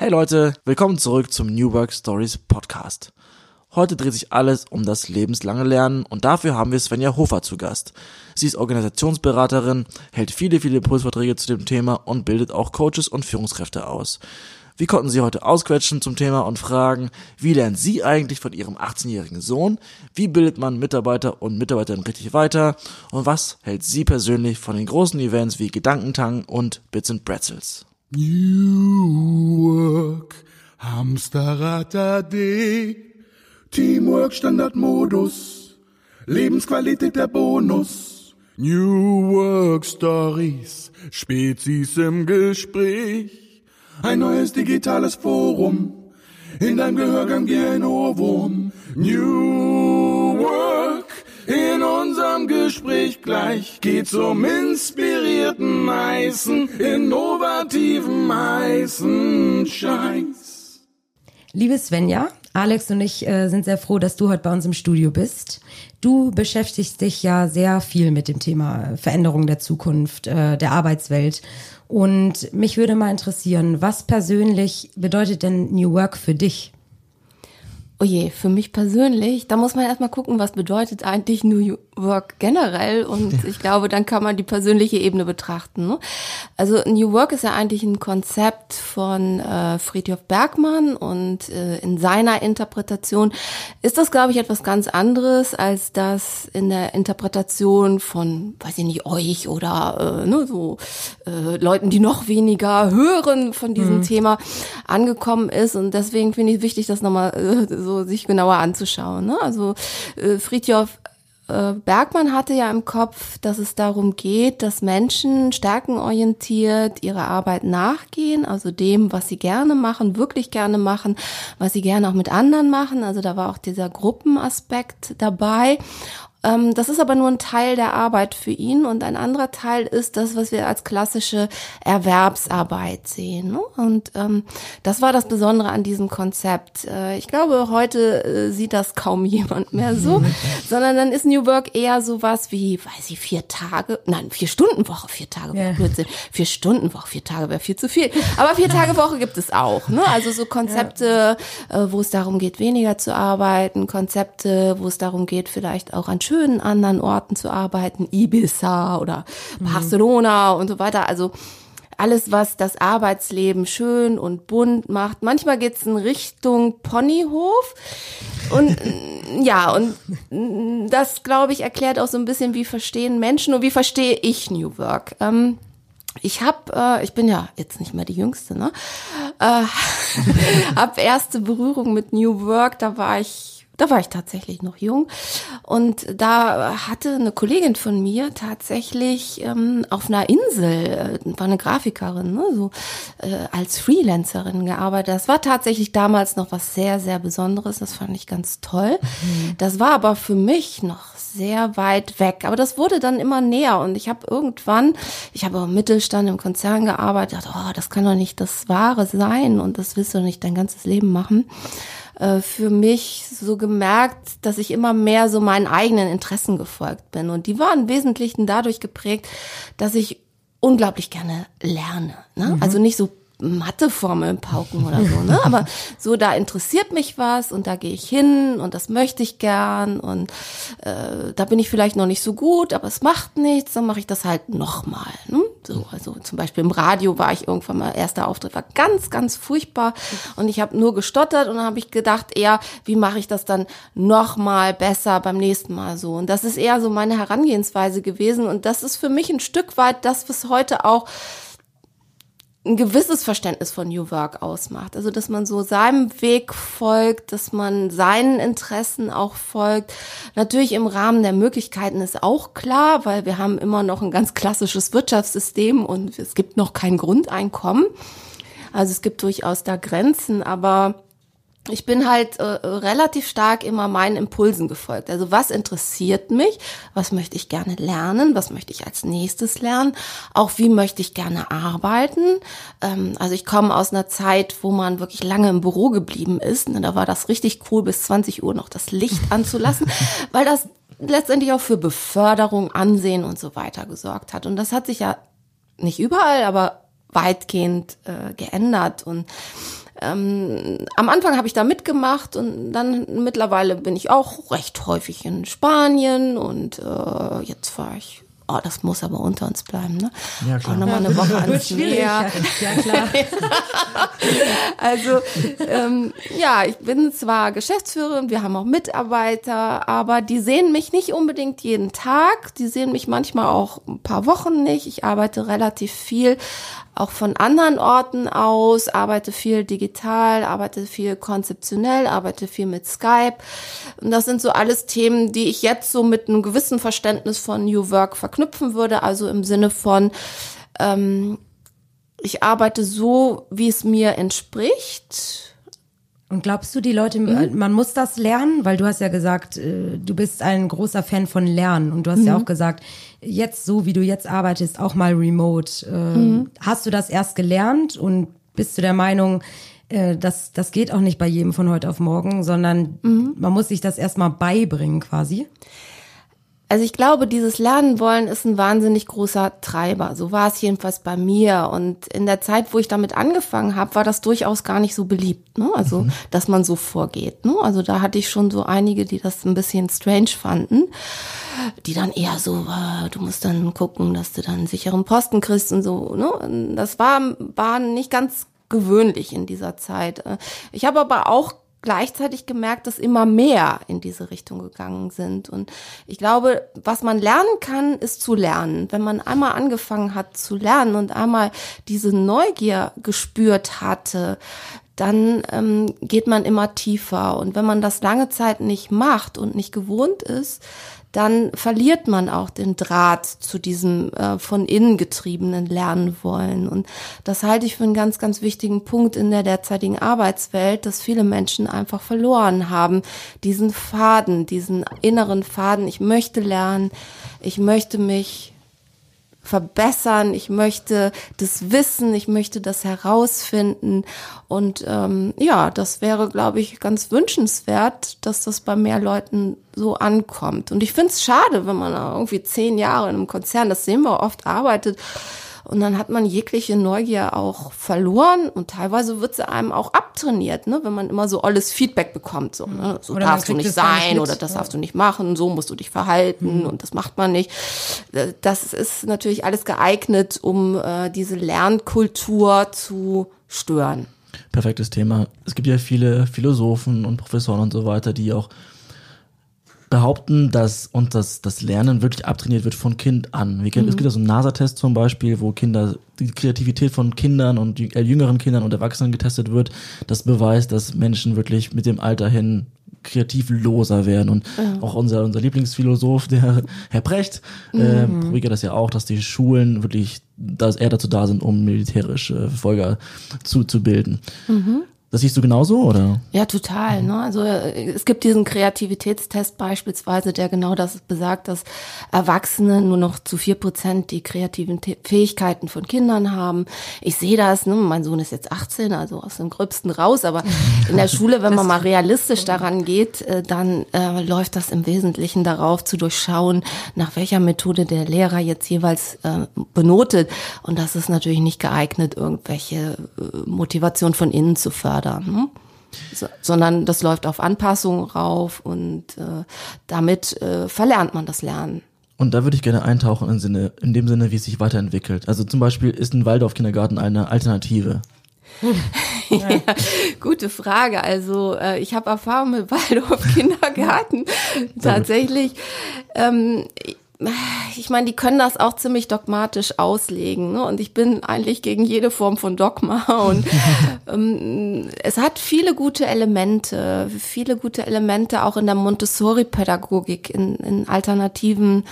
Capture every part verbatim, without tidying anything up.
Hey Leute, willkommen zurück zum New Work Stories Podcast. Heute dreht sich alles um das lebenslange Lernen und dafür haben wir Svenja Hofer zu Gast. Sie ist Organisationsberaterin, hält viele, viele Impulsvorträge zu dem Thema und bildet auch Coaches und Führungskräfte aus. Wir konnten sie heute ausquetschen zum Thema und fragen, wie lernt sie eigentlich von ihrem achtzehnjährigen Sohn, wie bildet man Mitarbeiter und Mitarbeiterinnen richtig weiter und was hält sie persönlich von den großen Events wie Gedankentanken und Bits and Pretzels. New Work, Hamsterrad A D, Teamwork Standardmodus, Lebensqualität der Bonus. New Work Stories, Spezies im Gespräch, ein neues digitales Forum, in deinem Gehörgang wie ein Ohrwurm. New Work, in unserem Gespräch gleich geht's um inspirierten heißen, innovativen heißen Scheiß. Liebe Svenja, Alex und ich äh, sind sehr froh, dass du heute bei uns im Studio bist. Du beschäftigst dich ja sehr viel mit dem Thema Veränderung der Zukunft, äh, der Arbeitswelt. Und mich würde mal interessieren, was persönlich bedeutet denn New Work für dich? Oh je, für mich persönlich, da muss man erstmal gucken, was bedeutet eigentlich New Work generell, und ich glaube, dann kann man die persönliche Ebene betrachten. Ne? Also New Work ist ja eigentlich ein Konzept von äh, Frithjof Bergmann, und äh, in seiner Interpretation ist das, glaube ich, etwas ganz anderes als das in der Interpretation von, weiß ich nicht, euch oder äh, ne, so äh, Leuten, die noch weniger hören von diesem mhm. Thema angekommen ist, und deswegen finde ich es wichtig, das nochmal äh, so sich genauer anzuschauen. Ne? Also äh, Frithjof äh, Bergmann hatte ja im Kopf, dass es darum geht, dass Menschen stärkenorientiert ihrer Arbeit nachgehen, also dem, was sie gerne machen, wirklich gerne machen, was sie gerne auch mit anderen machen. Also da war auch dieser Gruppenaspekt dabei. Das ist aber nur ein Teil der Arbeit für ihn, und ein anderer Teil ist das, was wir als klassische Erwerbsarbeit sehen. Und ähm, das war das Besondere an diesem Konzept. Äh, ich glaube, heute äh, sieht das kaum jemand mehr so, sondern dann ist New Work eher sowas wie, weiß ich, vier Tage, nein, vier Stunden Woche, vier Tage Woche, Blödsinn, vier Stunden Woche, vier Tage wäre viel zu viel. Aber vier Tage Woche gibt es auch, ne? Also so Konzepte, äh, wo es darum geht, weniger zu arbeiten, Konzepte, wo es darum geht, vielleicht auch an schönen anderen Orten zu arbeiten, Ibiza oder Barcelona mhm. und so weiter. Also alles, was das Arbeitsleben schön und bunt macht. Manchmal geht's in Richtung Ponyhof. Und ja, und das, glaube ich, erklärt auch so ein bisschen, wie verstehen Menschen und wie verstehe ich New Work. Ähm, Ich hab, äh, ich bin ja jetzt nicht mehr die Jüngste, ne? Äh, hab erste Berührung mit New Work, da war ich Da war ich tatsächlich noch jung, und da hatte eine Kollegin von mir tatsächlich ähm, auf einer Insel, äh, war eine Grafikerin, ne, so äh, als Freelancerin gearbeitet. Das war tatsächlich damals noch was sehr, sehr Besonderes, das fand ich ganz toll. Mhm. Das war aber für mich noch sehr weit weg, aber das wurde dann immer näher, und ich habe irgendwann, ich habe im Mittelstand im Konzern gearbeitet, dachte, oh, das kann doch nicht das Wahre sein, und das willst du doch nicht dein ganzes Leben machen. Für mich so gemerkt, dass ich immer mehr so meinen eigenen Interessen gefolgt bin. Und die waren im Wesentlichen dadurch geprägt, dass ich unglaublich gerne lerne. Ne? Mhm. Also nicht so Matheformeln pauken oder so, ne? Aber so, da interessiert mich was, und da gehe ich hin, und das möchte ich gern, und äh, da bin ich vielleicht noch nicht so gut, aber es macht nichts, dann mache ich das halt nochmal. Ne? So, also zum Beispiel im Radio war ich irgendwann mal, erster Auftritt war ganz, ganz furchtbar, und ich habe nur gestottert, und dann habe ich gedacht, eher, wie mache ich das dann nochmal besser beim nächsten Mal so? Und das ist eher so meine Herangehensweise gewesen, und das ist für mich ein Stück weit das, was heute auch ein gewisses Verständnis von New Work ausmacht. Also, dass man so seinem Weg folgt, dass man seinen Interessen auch folgt. Natürlich im Rahmen der Möglichkeiten ist auch klar, weil wir haben immer noch ein ganz klassisches Wirtschaftssystem, und es gibt noch kein Grundeinkommen. Also es gibt durchaus da Grenzen, aber ich bin halt äh, relativ stark immer meinen Impulsen gefolgt. Also was interessiert mich? Was möchte ich gerne lernen? Was möchte ich als nächstes lernen? Auch wie möchte ich gerne arbeiten? Ähm, also ich komme aus einer Zeit, wo man wirklich lange im Büro geblieben ist. Und da war das richtig cool, bis zwanzig Uhr noch das Licht anzulassen, weil das letztendlich auch für Beförderung, Ansehen und so weiter gesorgt hat. Und das hat sich ja nicht überall, aber weitgehend äh, geändert. Und ähm, am Anfang habe ich da mitgemacht und dann mittlerweile bin ich auch recht häufig in Spanien und äh, jetzt fahre ich. Oh, das muss aber unter uns bleiben, ne? Ja, klar. Auch nochmal eine Woche ans Meer. Ja, klar. Also, ähm, ja, ich bin zwar Geschäftsführerin, wir haben auch Mitarbeiter, aber die sehen mich nicht unbedingt jeden Tag. Die sehen mich manchmal auch ein paar Wochen nicht. Ich arbeite relativ viel auch von anderen Orten aus, arbeite viel digital, arbeite viel konzeptionell, arbeite viel mit Skype. Und das sind so alles Themen, die ich jetzt so mit einem gewissen Verständnis von New Work verknüpfen würde. Also im Sinne von, ähm, ich arbeite so, wie es mir entspricht. Und glaubst du, die Leute, man muss das lernen? Weil du hast ja gesagt, du bist ein großer Fan von Lernen. Und du hast mhm. ja auch gesagt, jetzt so, wie du jetzt arbeitest, auch mal remote. Mhm. Hast du das erst gelernt und bist du der Meinung, das, das geht auch nicht bei jedem von heute auf morgen, sondern mhm. man muss sich das erstmal beibringen quasi? Also ich glaube, dieses Lernen wollen ist ein wahnsinnig großer Treiber. So war es jedenfalls bei mir. Und in der Zeit, wo ich damit angefangen habe, war das durchaus gar nicht so beliebt, ne? Also, mhm. dass man so vorgeht, ne? Also da hatte ich schon so einige, die das ein bisschen strange fanden, die dann eher so, äh, du musst dann gucken, dass du dann einen sicheren Posten kriegst und so, ne? Und das war, war nicht ganz gewöhnlich in dieser Zeit. Ich habe aber auch gleichzeitig gemerkt, dass immer mehr in diese Richtung gegangen sind. Und ich glaube, was man lernen kann, ist zu lernen. Wenn man einmal angefangen hat zu lernen und einmal diese Neugier gespürt hatte, dann ähm, geht man immer tiefer. Und wenn man das lange Zeit nicht macht und nicht gewohnt ist, dann verliert man auch den Draht zu diesem äh, von innen getriebenen Lernen wollen. Und das halte ich für einen ganz, ganz wichtigen Punkt in der derzeitigen Arbeitswelt, dass viele Menschen einfach verloren haben. Diesen Faden, diesen inneren Faden, ich möchte lernen, ich möchte mich verbessern, ich möchte das wissen, ich möchte das herausfinden und ähm, ja, das wäre, glaube ich, ganz wünschenswert, dass das bei mehr Leuten so ankommt. Und ich finde es schade, wenn man irgendwie zehn Jahre in einem Konzern, das sehen wir oft, arbeitet und dann hat man jegliche Neugier auch verloren und teilweise wird sie einem auch abtrainiert, ne, wenn man immer so alles Feedback bekommt, so, ne, so oder darfst du nicht sein nicht oder das ja. darfst du nicht machen, so musst du dich verhalten mhm. und das macht man nicht. Das ist natürlich alles geeignet, um äh, diese Lernkultur zu stören. Perfektes Thema. Es gibt ja viele Philosophen und Professoren und so weiter, die auch behaupten, dass uns das, das Lernen wirklich abtrainiert wird von Kind an. Wir kennen, mhm. Es gibt ja so einen NASA-Test zum Beispiel, wo Kinder, die Kreativität von Kindern und die, äh, jüngeren Kindern und Erwachsenen getestet wird. Das beweist, dass Menschen wirklich mit dem Alter hin kreativloser werden. Und mhm. auch unser, unser Lieblingsphilosoph, der Herr Precht, mhm. äh, probiert das ja auch, dass die Schulen wirklich, dass eher dazu da sind, um militärische Verfolger zuzubilden. Mhm. Das siehst du genauso, oder? Ja, total. Ne? Also es gibt diesen Kreativitätstest beispielsweise, der genau das besagt, dass Erwachsene nur noch zu vier Prozent die kreativen Fähigkeiten von Kindern haben. Ich sehe das, ne? Mein Sohn ist jetzt achtzehn, also aus dem Gröbsten raus, aber in der Schule, wenn man mal realistisch daran geht, dann äh, läuft das im Wesentlichen darauf zu durchschauen, nach welcher Methode der Lehrer jetzt jeweils äh, benotet. Und das ist natürlich nicht geeignet, irgendwelche äh, Motivation von innen zu fördern. Hm? So, sondern das läuft auf Anpassung rauf und äh, damit äh, verlernt man das Lernen. Und da würde ich gerne eintauchen im Sinne, in dem Sinne, wie es sich weiterentwickelt. Also zum Beispiel, ist ein Waldorf-Kindergarten eine Alternative? Ja, gute Frage. Also äh, ich habe Erfahrung mit Waldorf-Kindergarten. Tatsächlich. Ähm, Ich meine, die können das auch ziemlich dogmatisch auslegen, ne? Und ich bin eigentlich gegen jede Form von Dogma. Und ähm, es hat viele gute Elemente, viele gute Elemente auch in der Montessori-Pädagogik, in, in alternativen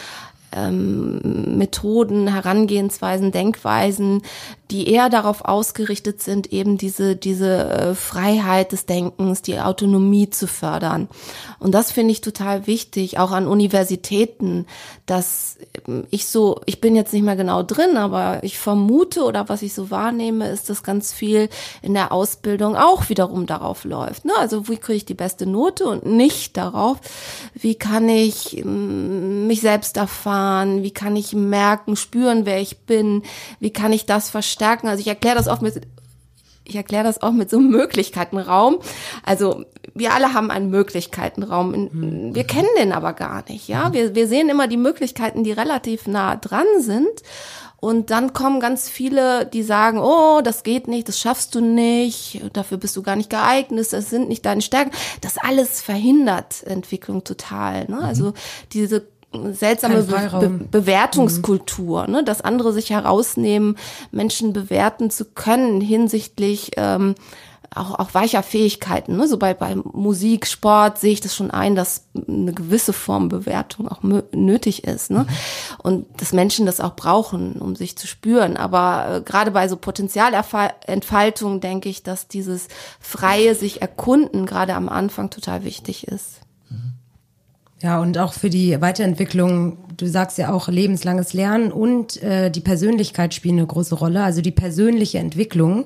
ähm, Methoden, Herangehensweisen, Denkweisen, die eher darauf ausgerichtet sind, eben diese diese äh, Freiheit des Denkens, die Autonomie zu fördern. Und das finde ich total wichtig, auch an Universitäten, dass ich so, ich bin jetzt nicht mehr genau drin, aber ich vermute oder was ich so wahrnehme, ist, dass ganz viel in der Ausbildung auch wiederum darauf läuft. Ne? Also wie kriege ich die beste Note und nicht darauf, wie kann ich m, mich selbst erfahren, wie kann ich merken, spüren, wer ich bin, wie kann ich das verstärken. Also ich erkläre das oft mit, ich erkläre das auch mit so einem Möglichkeitenraum. Also wir alle haben einen Möglichkeitenraum. Wir kennen den aber gar nicht. Ja, wir, wir sehen immer die Möglichkeiten, die relativ nah dran sind. Und dann kommen ganz viele, die sagen, oh, das geht nicht, das schaffst du nicht, dafür bist du gar nicht geeignet, das sind nicht deine Stärken. Das alles verhindert Entwicklung total. Ne? Also diese seltsame Be- Be- Bewertungskultur, ne? Dass andere sich herausnehmen, Menschen bewerten zu können hinsichtlich ähm, auch, auch weicher Fähigkeiten. Ne? So bei, bei Musik, Sport sehe ich das schon ein, dass eine gewisse Form Bewertung auch mö- nötig ist. Ne? Und dass Menschen das auch brauchen, um sich zu spüren. Aber äh, gerade bei so Potenzialentfaltung denke ich, dass dieses freie sich erkunden gerade am Anfang total wichtig ist. Ja, und auch für die Weiterentwicklung, du sagst ja auch lebenslanges Lernen und äh, die Persönlichkeit spielen eine große Rolle, also die persönliche Entwicklung.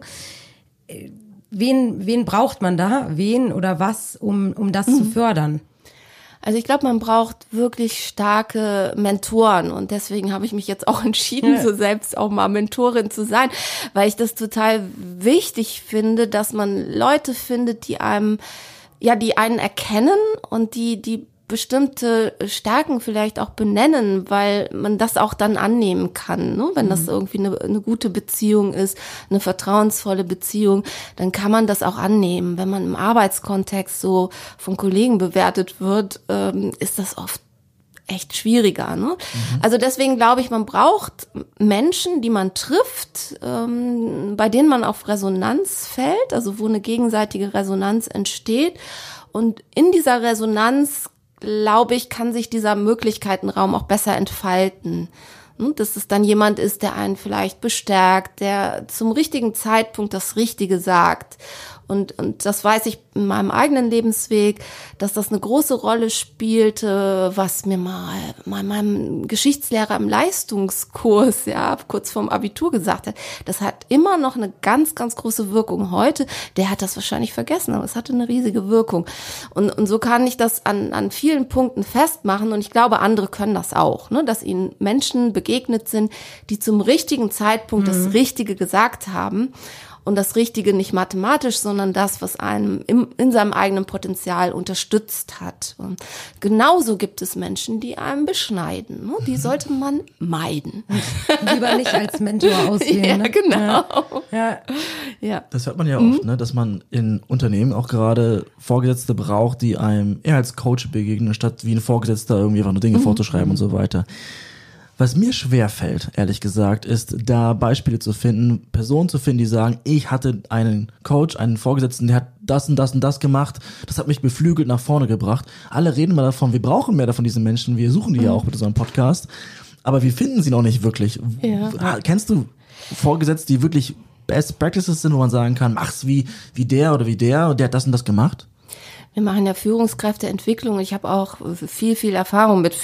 Wen, wen braucht man da? Wen oder was, um, um das mhm. zu fördern? Also ich glaube, man braucht wirklich starke Mentoren und deswegen habe ich mich jetzt auch entschieden, ja. so selbst auch mal Mentorin zu sein, weil ich das total wichtig finde, dass man Leute findet, die einem, ja, die einen erkennen und die, die bestimmte Stärken vielleicht auch benennen, weil man das auch dann annehmen kann. Ne? Wenn das irgendwie eine, eine gute Beziehung ist, eine vertrauensvolle Beziehung, dann kann man das auch annehmen. Wenn man im Arbeitskontext so von Kollegen bewertet wird, ähm, ist das oft echt schwieriger. Ne? Mhm. Also deswegen glaube ich, man braucht Menschen, die man trifft, ähm, bei denen man auf Resonanz fällt, also wo eine gegenseitige Resonanz entsteht. Und in dieser Resonanz glaube ich, kann sich dieser Möglichkeitenraum auch besser entfalten. Dass es dann jemand ist, der einen vielleicht bestärkt, der zum richtigen Zeitpunkt das Richtige sagt. Und, und das weiß ich in meinem eigenen Lebensweg, dass das eine große Rolle spielte, was mir mal, mal meinem Geschichtslehrer im Leistungskurs, ja, kurz vorm Abitur gesagt hat. Das hat immer noch eine ganz, ganz große Wirkung heute. Der hat das wahrscheinlich vergessen, aber es hatte eine riesige Wirkung. Und, und so kann ich das an, an vielen Punkten festmachen. Und ich glaube, andere können das auch, ne, dass ihnen Menschen begegnet sind, die zum richtigen Zeitpunkt mhm. das Richtige gesagt haben. Und das Richtige nicht mathematisch, sondern das, was einem im, in seinem eigenen Potenzial unterstützt hat. Und genauso gibt es Menschen, die einem beschneiden. Ne? Die sollte man meiden. Lieber nicht als Mentor aussehen. Ja, ne? genau. Ja. Ja. Das hört man ja oft, mhm. ne? Dass man in Unternehmen auch gerade Vorgesetzte braucht, die einem eher als Coach begegnen, statt wie ein Vorgesetzter irgendwie einfach nur Dinge mhm. vorzuschreiben und so weiter. Was mir schwerfällt, ehrlich gesagt, ist, da Beispiele zu finden, Personen zu finden, die sagen, ich hatte einen Coach, einen Vorgesetzten, der hat das und das und das gemacht, das hat mich beflügelt nach vorne gebracht. Alle reden mal davon, wir brauchen mehr davon, diese Menschen, wir suchen die mhm. ja auch mit unserem Podcast, aber wir finden sie noch nicht wirklich. Ja. Kennst du Vorgesetzte, die wirklich Best Practices sind, wo man sagen kann, mach's wie, wie der oder wie der und der hat das und das gemacht? Wir machen ja Führungskräfteentwicklung. Ich habe auch viel, viel Erfahrung mit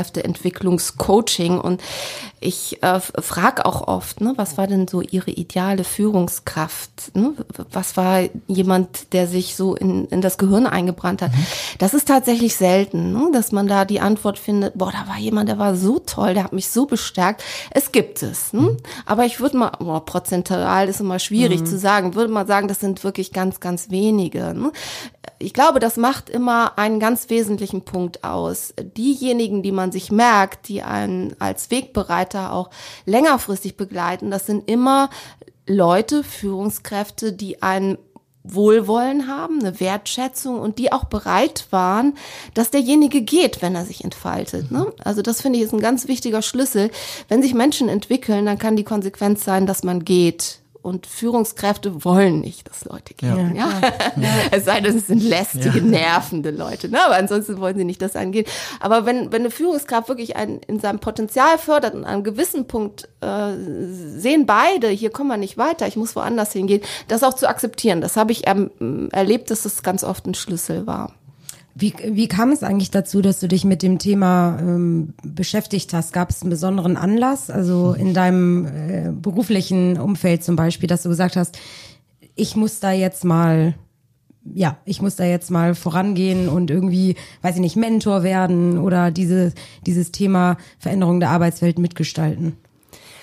Führungskräfteentwicklungscoaching und ich äh, frage auch oft, ne, was war denn so Ihre ideale Führungskraft? Ne? Was war jemand, der sich so in, in das Gehirn eingebrannt hat? Mhm. Das ist tatsächlich selten, ne, dass man da die Antwort findet, boah, da war jemand, der war so toll, der hat mich so bestärkt. Es gibt es, ne? Mhm. Aber ich würde mal, boah, prozentual ist immer schwierig mhm. zu sagen, würde mal sagen, das sind wirklich ganz, ganz wenige. Ne? Ich glaube, das macht immer einen ganz wesentlichen Punkt aus. Diejenigen, die man sich merkt, die einen als Wegbereiter auch längerfristig begleiten, das sind immer Leute, Führungskräfte, die ein Wohlwollen haben, eine Wertschätzung und die auch bereit waren, dass derjenige geht, wenn er sich entfaltet. Ne? Also das finde ich ist ein ganz wichtiger Schlüssel. Wenn sich Menschen entwickeln, dann kann die Konsequenz sein, dass man geht. Und Führungskräfte wollen nicht, dass Leute gehen. Ja. Ja. Ja. Es sei denn, es sind lästige, ja. nervende Leute. Ne? Aber ansonsten wollen sie nicht, dass einen geht. Aber wenn, wenn eine Führungskraft wirklich einen in seinem Potenzial fördert und an einem gewissen Punkt äh, sehen beide, hier kommen wir nicht weiter, ich muss woanders hingehen, das auch zu akzeptieren. Das habe ich ähm, erlebt, dass das ganz oft ein Schlüssel war. Wie, wie kam es eigentlich dazu, dass du dich mit dem Thema ähm, beschäftigt hast? Gab es einen besonderen Anlass, also in deinem äh, beruflichen Umfeld zum Beispiel, dass du gesagt hast, ich muss da jetzt mal, ja, ich muss da jetzt mal vorangehen und irgendwie, weiß ich nicht, Mentor werden oder diese, dieses Thema Veränderung der Arbeitswelt mitgestalten?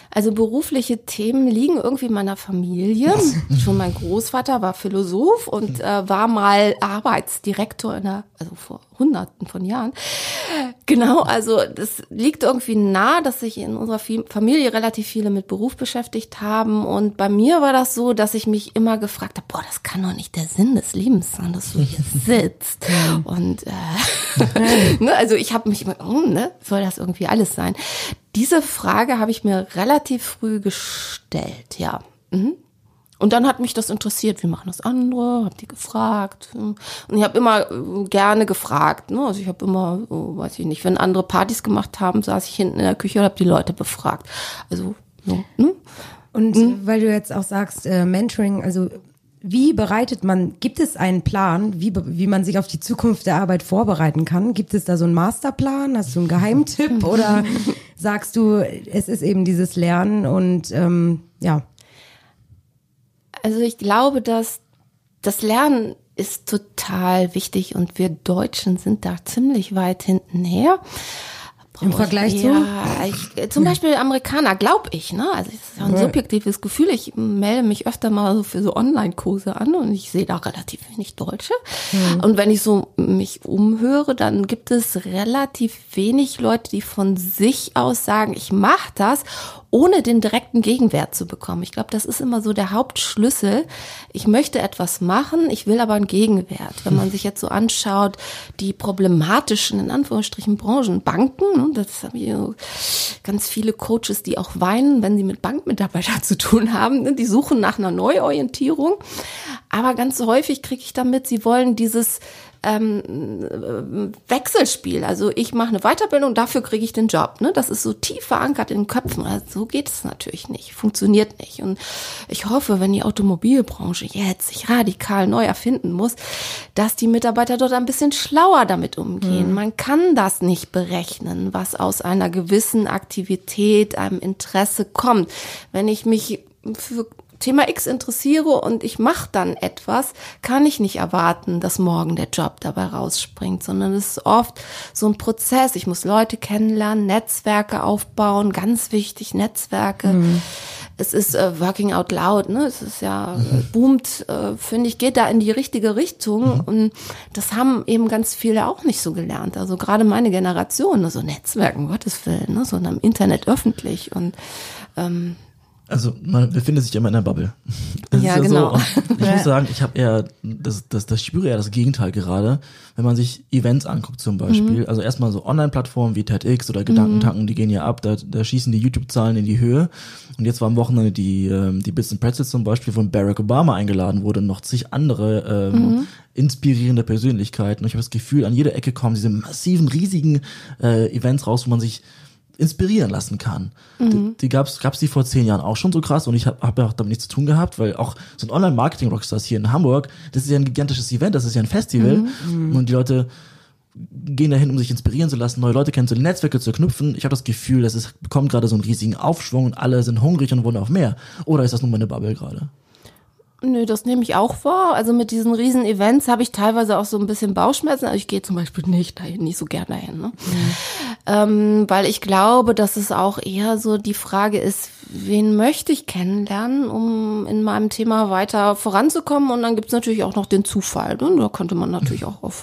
Also berufliche Themen liegen irgendwie in meiner Familie. Schon mein Großvater war Philosoph und äh, war mal Arbeitsdirektor in der, also vor Hunderten von Jahren. Genau, also das liegt irgendwie nah, dass sich in unserer Familie relativ viele mit Beruf beschäftigt haben. Und bei mir war das so, dass ich mich immer gefragt habe, boah, das kann doch nicht der Sinn des Lebens sein, dass du hier sitzt. Und äh, ne, also ich habe mich immer, oh, ne, soll das irgendwie alles sein? Diese Frage habe ich mir relativ früh gestellt, ja. Mhm. Und dann hat mich das interessiert, wie machen das andere, habe die gefragt. Und ich habe immer gerne gefragt, ne? Also ich habe immer, oh, weiß ich nicht, wenn andere Partys gemacht haben, saß ich hinten in der Küche und habe die Leute befragt. Also so, ne? Und mhm. weil du jetzt auch sagst, äh, Mentoring, also wie bereitet man, gibt es einen Plan, wie, wie man sich auf die Zukunft der Arbeit vorbereiten kann? Gibt es da so einen Masterplan? Hast du einen Geheimtipp? Oder sagst du, es ist eben dieses Lernen und ähm, ja. Also ich glaube, dass das Lernen ist total wichtig und wir Deutschen sind da ziemlich weit hinten her. Im Vergleich ich, zu? Ja, ich, zum Beispiel Amerikaner, glaube ich, ne? Also das ist ja ein subjektives Gefühl. Ich melde mich öfter mal so für so Online-Kurse an und ich sehe da relativ wenig Deutsche. Mhm. Und wenn ich so mich umhöre, dann gibt es relativ wenig Leute, die von sich aus sagen, ich mache das, ohne den direkten Gegenwert zu bekommen. Ich glaube, das ist immer so der Hauptschlüssel. Ich möchte etwas machen, ich will aber einen Gegenwert. Wenn man sich jetzt so anschaut, die problematischen, in Anführungsstrichen, Branchen, Banken, das haben hier ganz viele Coaches, die auch weinen, wenn sie mit Bankmitarbeitern zu tun haben, die suchen nach einer Neuorientierung. Aber ganz häufig kriege ich damit, sie wollen dieses Ähm, Wechselspiel. Also ich mache eine Weiterbildung, dafür kriege ich den Job. Ne? Das ist so tief verankert in den Köpfen. Also so geht es natürlich nicht, funktioniert nicht. Und ich hoffe, wenn die Automobilbranche jetzt sich radikal neu erfinden muss, dass die Mitarbeiter dort ein bisschen schlauer damit umgehen. Mhm. Man kann das nicht berechnen, was aus einer gewissen Aktivität, einem Interesse kommt. Wenn ich mich für Thema X interessiere und ich mache dann etwas, kann ich nicht erwarten, dass morgen der Job dabei rausspringt, sondern es ist oft so ein Prozess. Ich muss Leute kennenlernen, Netzwerke aufbauen, ganz wichtig, Netzwerke. Mhm. Es ist äh, working out loud, ne? Es ist ja, mhm. boomt, äh, finde ich, geht da in die richtige Richtung. Mhm. Und das haben eben ganz viele auch nicht so gelernt. Also gerade meine Generation, ne? So Netzwerken, Gottes Willen, ne? So im Internet öffentlich und ähm, Also man befindet sich immer in einer Bubble. Das ja, ist ja genau. So. Und ich muss sagen, ich habe eher, das, das, das spüre eher das Gegenteil gerade, wenn man sich Events anguckt zum Beispiel. Mhm. Also erstmal so Online-Plattformen wie TEDx oder Gedankentanken, mhm. die gehen ja ab, da, da schießen die YouTube-Zahlen in die Höhe. Und jetzt war am Wochenende die, die Bits and Pretzels zum Beispiel von Barack Obama eingeladen wurde und noch zig andere ähm, mhm. inspirierende Persönlichkeiten. Und ich habe das Gefühl, an jeder Ecke kommen diese massiven, riesigen äh, Events raus, wo man sich inspirieren lassen kann. Mhm. Die, die gab's gab's die vor zehn Jahren auch schon so krass und ich habe hab ja auch damit nichts zu tun gehabt, weil auch so ein Online-Marketing-Rockstars hier in Hamburg, das ist ja ein gigantisches Event, das ist ja ein Festival mhm. und die Leute gehen dahin, um sich inspirieren zu lassen, neue Leute kennenzulernen, Netzwerke zu knüpfen. Ich habe das Gefühl, dass es bekommt gerade so einen riesigen Aufschwung und alle sind hungrig und wollen auf mehr. Oder ist das nur meine Bubble gerade? Nö, das nehme ich auch wahr. Also mit diesen riesen Events habe ich teilweise auch so ein bisschen Bauchschmerzen. Also ich gehe zum Beispiel nicht dahin, nicht so gerne dahin. Ne? Mhm. Ähm, weil ich glaube, dass es auch eher so die Frage ist, wen möchte ich kennenlernen, um in meinem Thema weiter voranzukommen. Und dann gibt es natürlich auch noch den Zufall. Ne? Da könnte man natürlich auch auf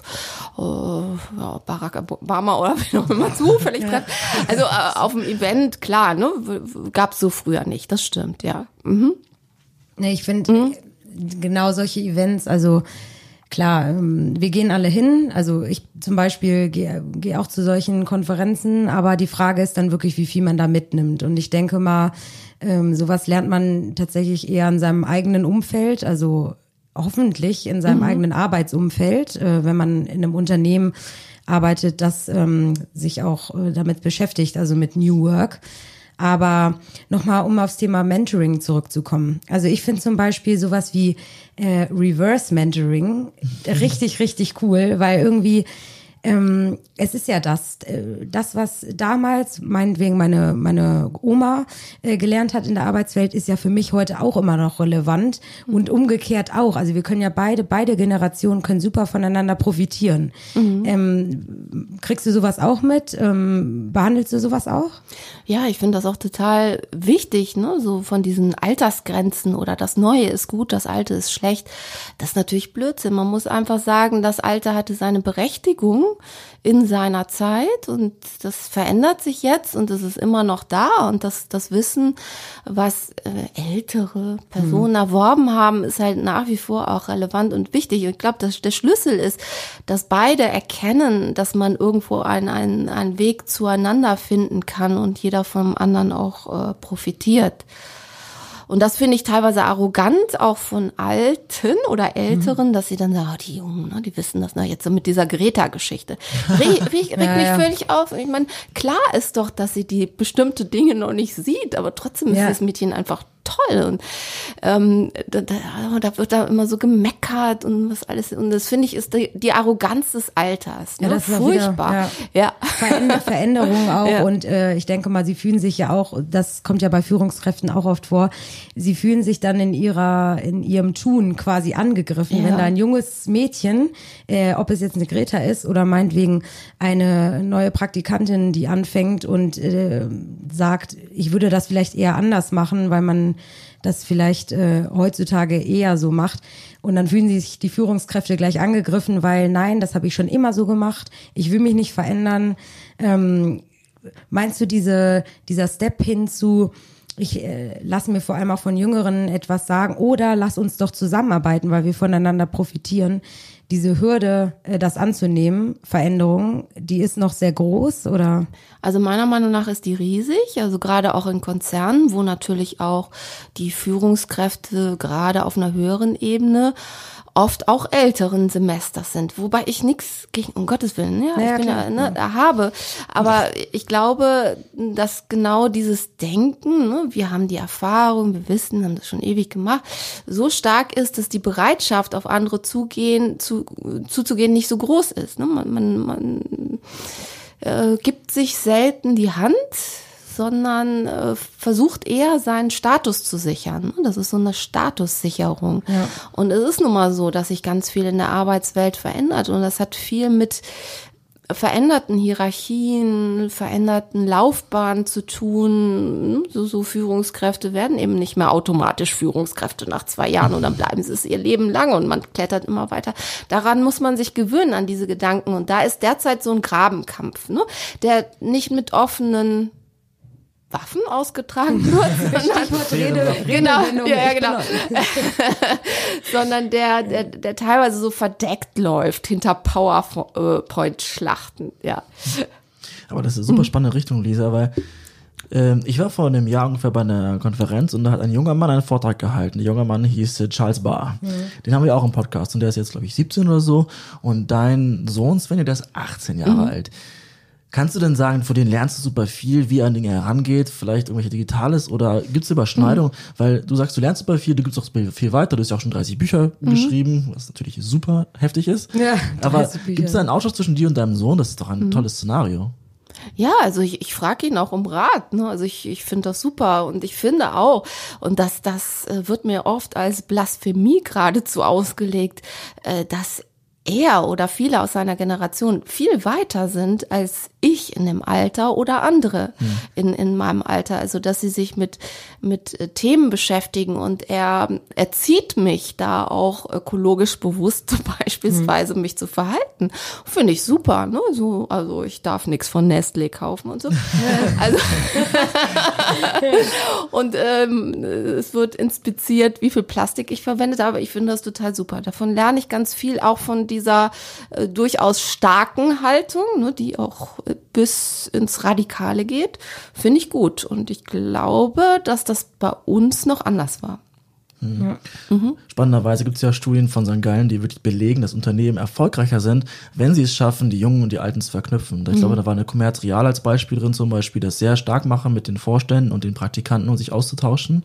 äh, ja, Barack Obama oder wen auch immer zufällig treffen. Also äh, auf dem Event, klar, ne, gab es so früher nicht. Das stimmt, ja. Mhm. Nee, ich finde mhm. genau solche Events, also klar, wir gehen alle hin, also ich zum Beispiel gehe geh auch zu solchen Konferenzen, aber die Frage ist dann wirklich, wie viel man da mitnimmt und ich denke mal, ähm, sowas lernt man tatsächlich eher in seinem eigenen Umfeld, also hoffentlich in seinem mhm. eigenen Arbeitsumfeld, äh, wenn man in einem Unternehmen arbeitet, das ähm, sich auch äh, damit beschäftigt, also mit New Work. Aber nochmal, um aufs Thema Mentoring zurückzukommen. Also ich finde zum Beispiel sowas wie äh, Reverse Mentoring richtig, richtig cool, weil irgendwie Ähm, es ist ja das, äh, das, was damals meinetwegen meine, meine Oma äh, gelernt hat in der Arbeitswelt, ist ja für mich heute auch immer noch relevant und umgekehrt auch. Also wir können ja beide, beide Generationen können super voneinander profitieren. Mhm. Ähm, kriegst du sowas auch mit? Ähm, behandelst du sowas auch? Ja, ich finde das auch total wichtig, ne, so von diesen Altersgrenzen oder das Neue ist gut, das Alte ist schlecht. Das ist natürlich Blödsinn. Man muss einfach sagen, das Alte hatte seine Berechtigung in seiner Zeit und das verändert sich jetzt und es ist immer noch da und das, das Wissen, was äh, ältere Personen mhm. erworben haben, ist halt nach wie vor auch relevant und wichtig. Und ich glaube, dass der Schlüssel ist, dass beide erkennen, dass man irgendwo einen, einen, einen Weg zueinander finden kann und jeder vom anderen auch äh, profitiert. Und das finde ich teilweise arrogant, auch von Alten oder Älteren, mhm. dass sie dann sagen, oh, die Jungen, ne, die wissen das, ne, jetzt so mit dieser Greta-Geschichte. Reg, reg, reg ja, mich ja. völlig auf. Ich meine, klar ist doch, dass sie die bestimmte Dinge noch nicht sieht, aber trotzdem ja. ist das Mädchen einfach toll und ähm, da, da, da wird da immer so gemeckert und was alles und das finde ich ist die, die Arroganz des Alters. Ne? Ja, das ist furchtbar. Wieder, ja. ja. Veränderung auch ja. und äh, ich denke mal, sie fühlen sich ja auch, das kommt ja bei Führungskräften auch oft vor, sie fühlen sich dann in ihrer in ihrem Tun quasi angegriffen, ja. wenn da ein junges Mädchen, äh, ob es jetzt eine Greta ist oder meinetwegen eine neue Praktikantin, die anfängt und äh, sagt, ich würde das vielleicht eher anders machen, weil man das vielleicht äh, heutzutage eher so macht. Und dann fühlen sich die Führungskräfte gleich angegriffen, weil nein, das habe ich schon immer so gemacht. Ich will mich nicht verändern. Ähm, meinst du diese dieser Step hin zu, ich äh, lass mir vor allem auch von Jüngeren etwas sagen oder lass uns doch zusammenarbeiten, weil wir voneinander profitieren. Diese Hürde, äh, das anzunehmen, Veränderung, die ist noch sehr groß, oder? Also meiner Meinung nach ist die riesig, also gerade auch in Konzernen, wo natürlich auch die Führungskräfte gerade auf einer höheren Ebene oft auch älteren Semesters sind, wobei ich nichts gegen, um Gottes Willen, ja, ja ich bin ja, ne, ja. habe, aber ich glaube, dass genau dieses Denken, ne, wir haben die Erfahrung, wir wissen, haben das schon ewig gemacht, so stark ist, dass die Bereitschaft, auf andere zugehen, zu, zuzugehen, nicht so groß ist. Ne? Man, man, man äh, gibt sich selten die Hand, sondern äh, versucht eher seinen Status zu sichern. Das ist so eine Statussicherung. Ja. Und es ist nun mal so, dass sich ganz viel in der Arbeitswelt verändert und das hat viel mit veränderten Hierarchien, veränderten Laufbahnen zu tun. So, so Führungskräfte werden eben nicht mehr automatisch Führungskräfte nach zwei Jahren und dann bleiben sie es ihr Leben lang und man klettert immer weiter. Daran muss man sich gewöhnen, an diese Gedanken. Und da ist derzeit so ein Grabenkampf, ne, der nicht mit offenen Waffen ausgetragen wird, Stichwort Rede, genau, ja, ja, genau. sondern der, der, der teilweise so verdeckt läuft hinter PowerPoint-Schlachten, ja. Aber das ist eine super spannende Richtung, Lisa, weil äh, ich war vor einem Jahr ungefähr bei einer Konferenz und da hat ein junger Mann einen Vortrag gehalten. Der junge Mann hieß äh, Charles Barr. Mhm. Den haben wir auch im Podcast und der ist jetzt, glaube ich, siebzehn oder so. Und dein Sohn Svenja, der ist achtzehn Jahre mhm. alt. Kannst du denn sagen, vor denen lernst du super viel, wie er an Dinge herangeht, vielleicht irgendwelche Digitales oder gibt es Überschneidungen? Mhm. Weil du sagst, du lernst super viel, du gibst auch super viel weiter, du hast ja auch schon dreißig Bücher mhm. geschrieben, was natürlich super heftig ist. Ja, aber gibt es da einen Austausch zwischen dir und deinem Sohn? Das ist doch ein mhm. tolles Szenario. Ja, also ich, ich frage ihn auch um Rat, ne? Also ich, ich finde das super und ich finde auch, und das, das äh, wird mir oft als Blasphemie geradezu ausgelegt, äh, dass er oder viele aus seiner Generation viel weiter sind als ich in dem Alter oder andere hm. in, in meinem Alter. Also, dass sie sich mit, mit Themen beschäftigen und er erzieht mich da auch ökologisch bewusst beispielsweise hm. mich zu verhalten. Finde ich super, ne? So, also ich darf nichts von Nestlé kaufen und so. also und ähm, es wird inspiziert, wie viel Plastik ich verwendet habe. Ich finde das total super. Davon lerne ich ganz viel, auch von dieser äh, durchaus starken Haltung, ne, die auch äh, bis ins Radikale geht, finde ich gut. Und ich glaube, dass das bei uns noch anders war. Mhm. Ja. Mhm. Spannenderweise gibt es ja Studien von Sankt Gallen, die wirklich belegen, dass Unternehmen erfolgreicher sind, wenn sie es schaffen, die Jungen und die Alten zu verknüpfen. Ich mhm. glaube, da war eine Commerz Real als Beispiel drin, zum Beispiel, das sehr stark machen mit den Vorständen und den Praktikanten, um sich auszutauschen.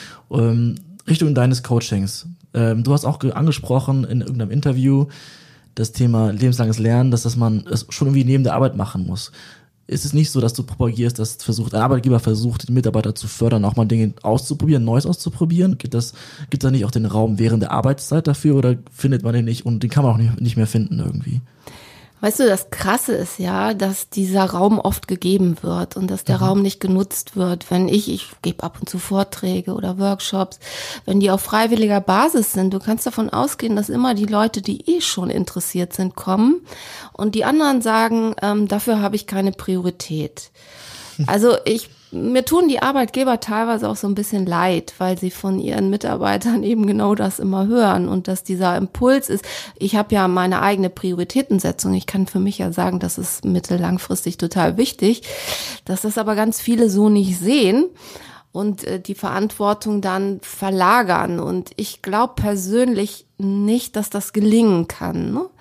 Ähm, Richtung deines Coachings. Ähm, du hast auch ge- angesprochen in irgendeinem Interview, das Thema lebenslanges Lernen, dass das man es schon irgendwie neben der Arbeit machen muss. Ist es nicht so, dass du propagierst, dass versucht, ein Arbeitgeber versucht, den Mitarbeiter zu fördern, auch mal Dinge auszuprobieren, Neues auszuprobieren? Gibt das, gibt da nicht auch den Raum während der Arbeitszeit dafür oder findet man den nicht und den kann man auch nicht, nicht mehr finden irgendwie? Weißt du, das Krasse ist ja, dass dieser Raum oft gegeben wird und dass der mhm. Raum nicht genutzt wird. Wenn ich, ich gebe ab und zu Vorträge oder Workshops, wenn die auf freiwilliger Basis sind, du kannst davon ausgehen, dass immer die Leute, die eh schon interessiert sind, kommen und die anderen sagen, ähm, dafür habe ich keine Priorität. Also ich Mir tun die Arbeitgeber teilweise auch so ein bisschen leid, weil sie von ihren Mitarbeitern eben genau das immer hören und dass dieser Impuls ist, ich habe ja meine eigene Prioritätensetzung, ich kann für mich ja sagen, das ist mittellangfristig total wichtig, dass das aber ganz viele so nicht sehen und äh, die Verantwortung dann verlagern und ich glaube persönlich nicht, dass das gelingen kann, ne?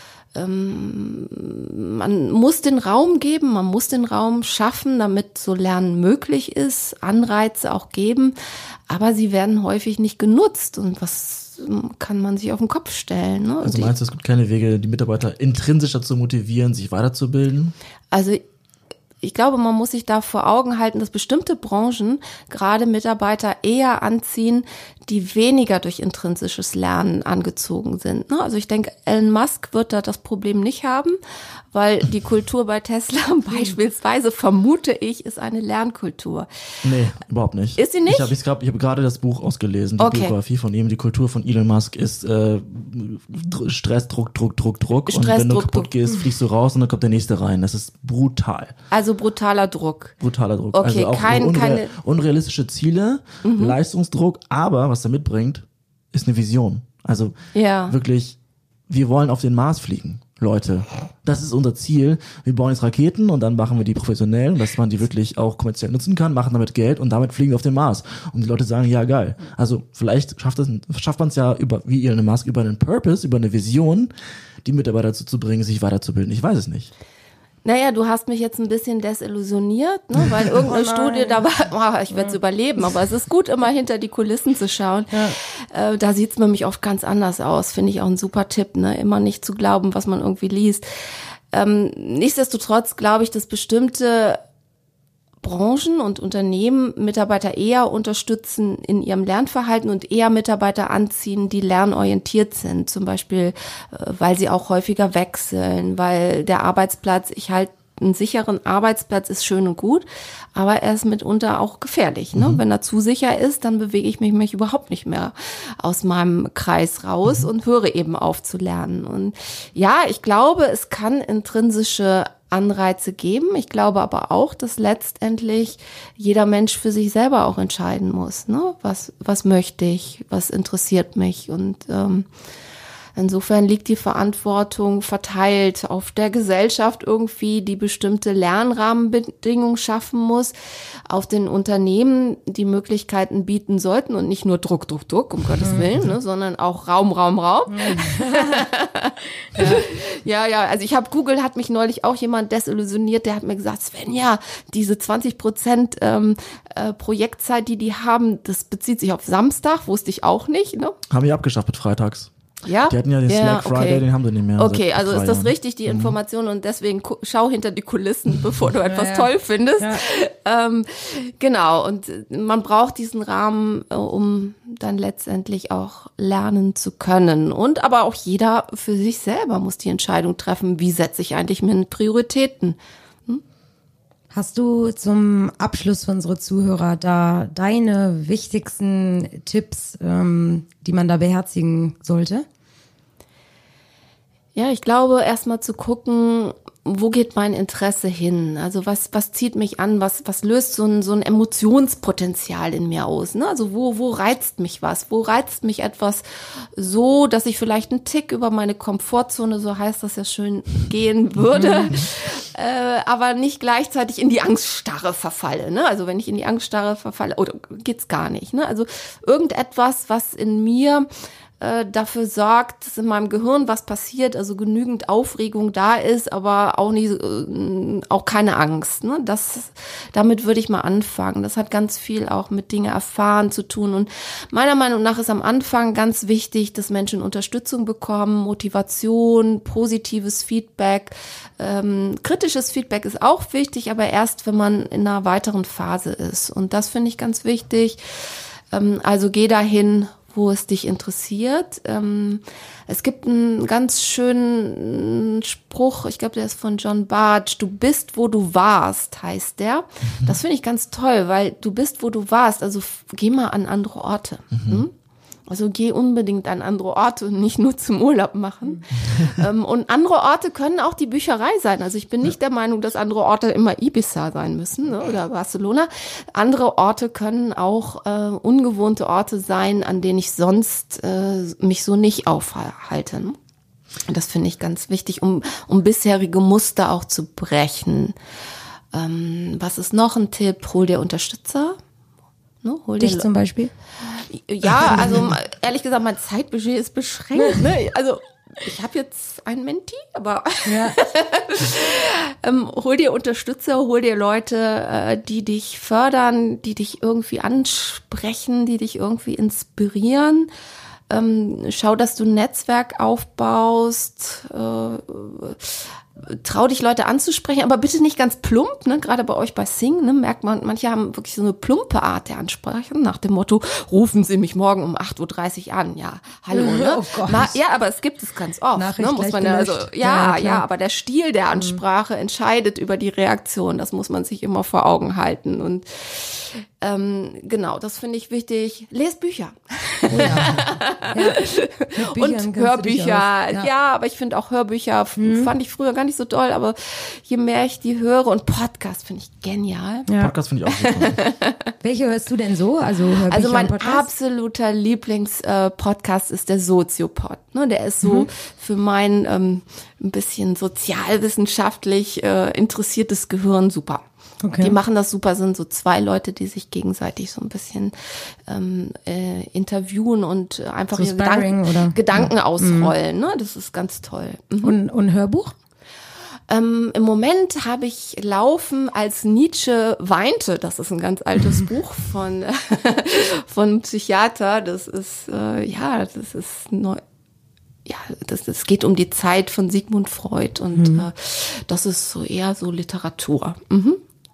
Man muss den Raum geben, man muss den Raum schaffen, damit so Lernen möglich ist, Anreize auch geben, aber sie werden häufig nicht genutzt und was kann man sich auf den Kopf stellen. Ne? Also meinst du, es gibt keine Wege, die Mitarbeiter intrinsischer zu motivieren, sich weiterzubilden? Also ich glaube, man muss sich da vor Augen halten, dass bestimmte Branchen gerade Mitarbeiter eher anziehen, die weniger durch intrinsisches Lernen angezogen sind. Also ich denke, Elon Musk wird da das Problem nicht haben, weil die Kultur bei Tesla beispielsweise, vermute ich, ist eine Lernkultur. Nee, überhaupt nicht. Ist sie nicht? Ich habe ich hab, ich hab gerade das Buch ausgelesen, die okay. Biografie von ihm. Die Kultur von Elon Musk ist äh, Stress, Druck, Druck, Druck, Druck. Stress, und wenn du Druck, kaputt Druck. gehst, fliegst du raus und dann kommt der nächste rein. Das ist brutal. Also brutaler Druck. Brutaler Druck. Okay, also auch kein, unre- keine unrealistische Ziele, mhm. Leistungsdruck, aber was er mitbringt, ist eine Vision. Also ja. wirklich, wir wollen auf den Mars fliegen, Leute. Das ist unser Ziel. Wir bauen jetzt Raketen und dann machen wir die professionell, dass man die wirklich auch kommerziell nutzen kann, machen damit Geld und damit fliegen wir auf den Mars. Und die Leute sagen, ja geil. Also vielleicht schafft es, schafft man es ja über, wie Elon Musk, über einen Purpose, über eine Vision, die Mitarbeiter dazu zu bringen, sich weiterzubilden. Ich weiß es nicht. Naja, du hast mich jetzt ein bisschen desillusioniert, ne? Weil irgendeine oh Studie da war, oh, ich werde es ja. überleben, aber es ist gut, immer hinter die Kulissen zu schauen. Ja. Äh, da sieht es nämlich oft ganz anders aus, finde ich auch ein super Tipp, ne? Immer nicht zu glauben, was man irgendwie liest. Ähm, nichtsdestotrotz glaube ich, dass bestimmte Branchen und Unternehmen Mitarbeiter eher unterstützen in ihrem Lernverhalten und eher Mitarbeiter anziehen, die lernorientiert sind. Zum Beispiel, weil sie auch häufiger wechseln, weil der Arbeitsplatz, ich halt einen sicheren Arbeitsplatz ist schön und gut, aber er ist mitunter auch gefährlich. Ne? Mhm. Wenn er zu sicher ist, dann bewege ich mich, mich überhaupt nicht mehr aus meinem Kreis raus mhm. und höre eben auf zu lernen. Und ja, ich glaube, es kann intrinsische Anreize geben. Ich glaube aber auch, dass letztendlich jeder Mensch für sich selber auch entscheiden muss. Ne? Was, was möchte ich? Was interessiert mich? Und ähm, insofern liegt die Verantwortung verteilt auf der Gesellschaft irgendwie, die bestimmte Lernrahmenbedingungen schaffen muss, auf den Unternehmen, die Möglichkeiten bieten sollten und nicht nur Druck, Druck, Druck, um Gottes Willen, ne, sondern auch Raum, Raum, Raum. ja, ja, also ich habe, Google hat mich neulich auch jemand desillusioniert, der hat mir gesagt, Svenja, diese zwanzig Prozent ähm, äh, Projektzeit, die die haben, das bezieht sich auf Samstag, wusste ich auch nicht. Ne? Haben wir abgeschafft mit freitags. Ja? Die hatten ja den ja, Slack Friday, okay. den haben sie nicht mehr. Okay, also ist das Jahren. richtig, die Information, mhm. und deswegen schau hinter die Kulissen, bevor du etwas ja, ja. toll findest. Ja. Ähm, genau, und man braucht diesen Rahmen, um dann letztendlich auch lernen zu können. Und aber auch jeder für sich selber muss die Entscheidung treffen, wie setze ich eigentlich meine Prioritäten. Hast du zum Abschluss für unsere Zuhörer da deine wichtigsten Tipps, ähm, die man da beherzigen sollte? Ja, ich glaube, erstmal zu gucken, wo geht mein Interesse hin? Also was was zieht mich an? Was was löst so ein so ein Emotionspotenzial in mir aus? Ne? Also wo wo reizt mich was? Wo reizt mich etwas so, dass ich vielleicht einen Tick über meine Komfortzone, so heißt das ja schön, gehen würde, äh, aber nicht gleichzeitig in die Angststarre verfalle. Ne? Also wenn ich in die Angststarre verfalle, oder geht's gar nicht. Ne? Also irgendetwas, was in mir äh, dafür sorgt, dass in meinem Gehirn was passiert, also genügend Aufregung da ist, aber auch nicht, äh, auch keine Angst. Ne? Das, damit würde ich mal anfangen. Das hat ganz viel auch mit Dinge erfahren zu tun. Und meiner Meinung nach ist am Anfang ganz wichtig, dass Menschen Unterstützung bekommen, Motivation, positives Feedback. Ähm, kritisches Feedback ist auch wichtig, aber erst, wenn man in einer weiteren Phase ist. Und das finde ich ganz wichtig. Ähm, also geh dahin, wo es dich interessiert. Ähm, es gibt einen ganz schönen Spruch, ich glaube, der ist von John Bartsch, du bist, wo du warst, heißt der. Mhm. Das finde ich ganz toll, weil du bist, wo du warst, also f- geh mal an andere Orte. Mhm. Hm? Also geh unbedingt an andere Orte und nicht nur zum Urlaub machen. ähm, und andere Orte können auch die Bücherei sein. Also ich bin nicht der Meinung, dass andere Orte immer Ibiza sein müssen, ne, oder Barcelona. Andere Orte können auch äh, ungewohnte Orte sein, an denen ich sonst äh, mich so nicht aufhalte. Ne? Und das finde ich ganz wichtig, um, um bisherige Muster auch zu brechen. Ähm, was ist noch ein Tipp? Hol dir Unterstützer. Ne, hol Dich dir zum Beispiel? Ja, also ehrlich gesagt, mein Zeitbudget ist beschränkt. Ne? Also ich habe jetzt einen Menti, aber ja. ähm, hol dir Unterstützer, hol dir Leute, äh, die dich fördern, die dich irgendwie ansprechen, die dich irgendwie inspirieren. Ähm, schau, dass du ein Netzwerk aufbaust. Äh, Trau dich, Leute anzusprechen, aber bitte nicht ganz plump, ne? Gerade bei euch bei Sing, ne? Merkt man, manche haben wirklich so eine plumpe Art der Ansprache, nach dem Motto, rufen Sie mich morgen um acht Uhr dreißig an. Ja, hallo, ne? Oh Gott. Na, ja, aber es gibt es ganz oft, Nachricht ne? Muss man ja, also, ja, ja, ja, aber der Stil der Ansprache mhm. entscheidet über die Reaktion. Das muss man sich immer vor Augen halten. Und ähm, genau, das finde ich wichtig. Lest Bücher. Oh ja. Ja. Und Hörbücher. Ja. ja, aber ich finde auch Hörbücher mhm. fand ich früher gar nicht so toll, aber je mehr ich die höre, und Podcast finde ich genial. Ja. Podcast finde ich auch super. Welche hörst du denn so? Also, Hörbücher also mein und absoluter Lieblings-Podcast äh, ist der Soziopod. Ne? Der ist so mhm. für mein ähm, ein bisschen sozialwissenschaftlich äh, interessiertes Gehirn super. Okay. Die machen das super, sind so zwei Leute, die sich gegenseitig so ein bisschen ähm, äh, interviewen und einfach so ihre Gedanken, oder? Gedanken ja. ausrollen. Mhm. Ne? Das ist ganz toll. Mhm. Und, und Hörbuch? Ähm, Im Moment habe ich laufen, als Nietzsche weinte. Das ist ein ganz altes Buch von von einem Psychiater. Das ist äh, ja, das ist neu. Ja, das, das geht um die Zeit von Sigmund Freud und mhm. äh, das ist so eher so Literatur. Mhm.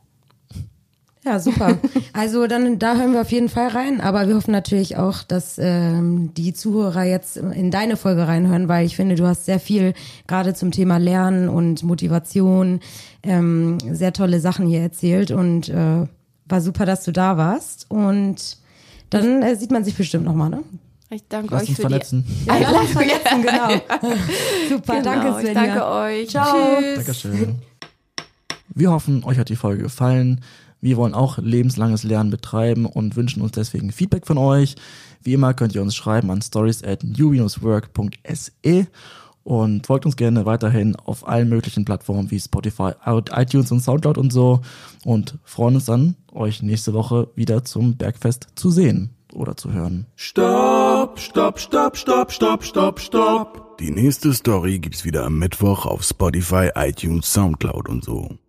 Ja, super. Also dann, da hören wir auf jeden Fall rein, aber wir hoffen natürlich auch, dass ähm, die Zuhörer jetzt in deine Folge reinhören, weil ich finde, du hast sehr viel gerade zum Thema Lernen und Motivation, ähm, sehr tolle Sachen hier erzählt und äh, war super, dass du da warst und dann äh, sieht man sich bestimmt nochmal, ne? Ich danke Lass euch uns für vernetzen. die Ja, lass uns vernetzen, genau. Super, genau, danke Svenja. Ich danke euch. Ciao. Tschüss. Dankeschön. Wir hoffen, euch hat die Folge gefallen. Wir wollen auch lebenslanges Lernen betreiben und wünschen uns deswegen Feedback von euch. Wie immer könnt ihr uns schreiben an stories at new work punkt s e und folgt uns gerne weiterhin auf allen möglichen Plattformen wie Spotify, iTunes und Soundcloud und so und freuen uns dann, euch nächste Woche wieder zum Bergfest zu sehen oder zu hören. Stopp, stopp, stopp, stopp, stopp, stopp, stopp. Die nächste Story gibt's wieder am Mittwoch auf Spotify, iTunes, Soundcloud und so.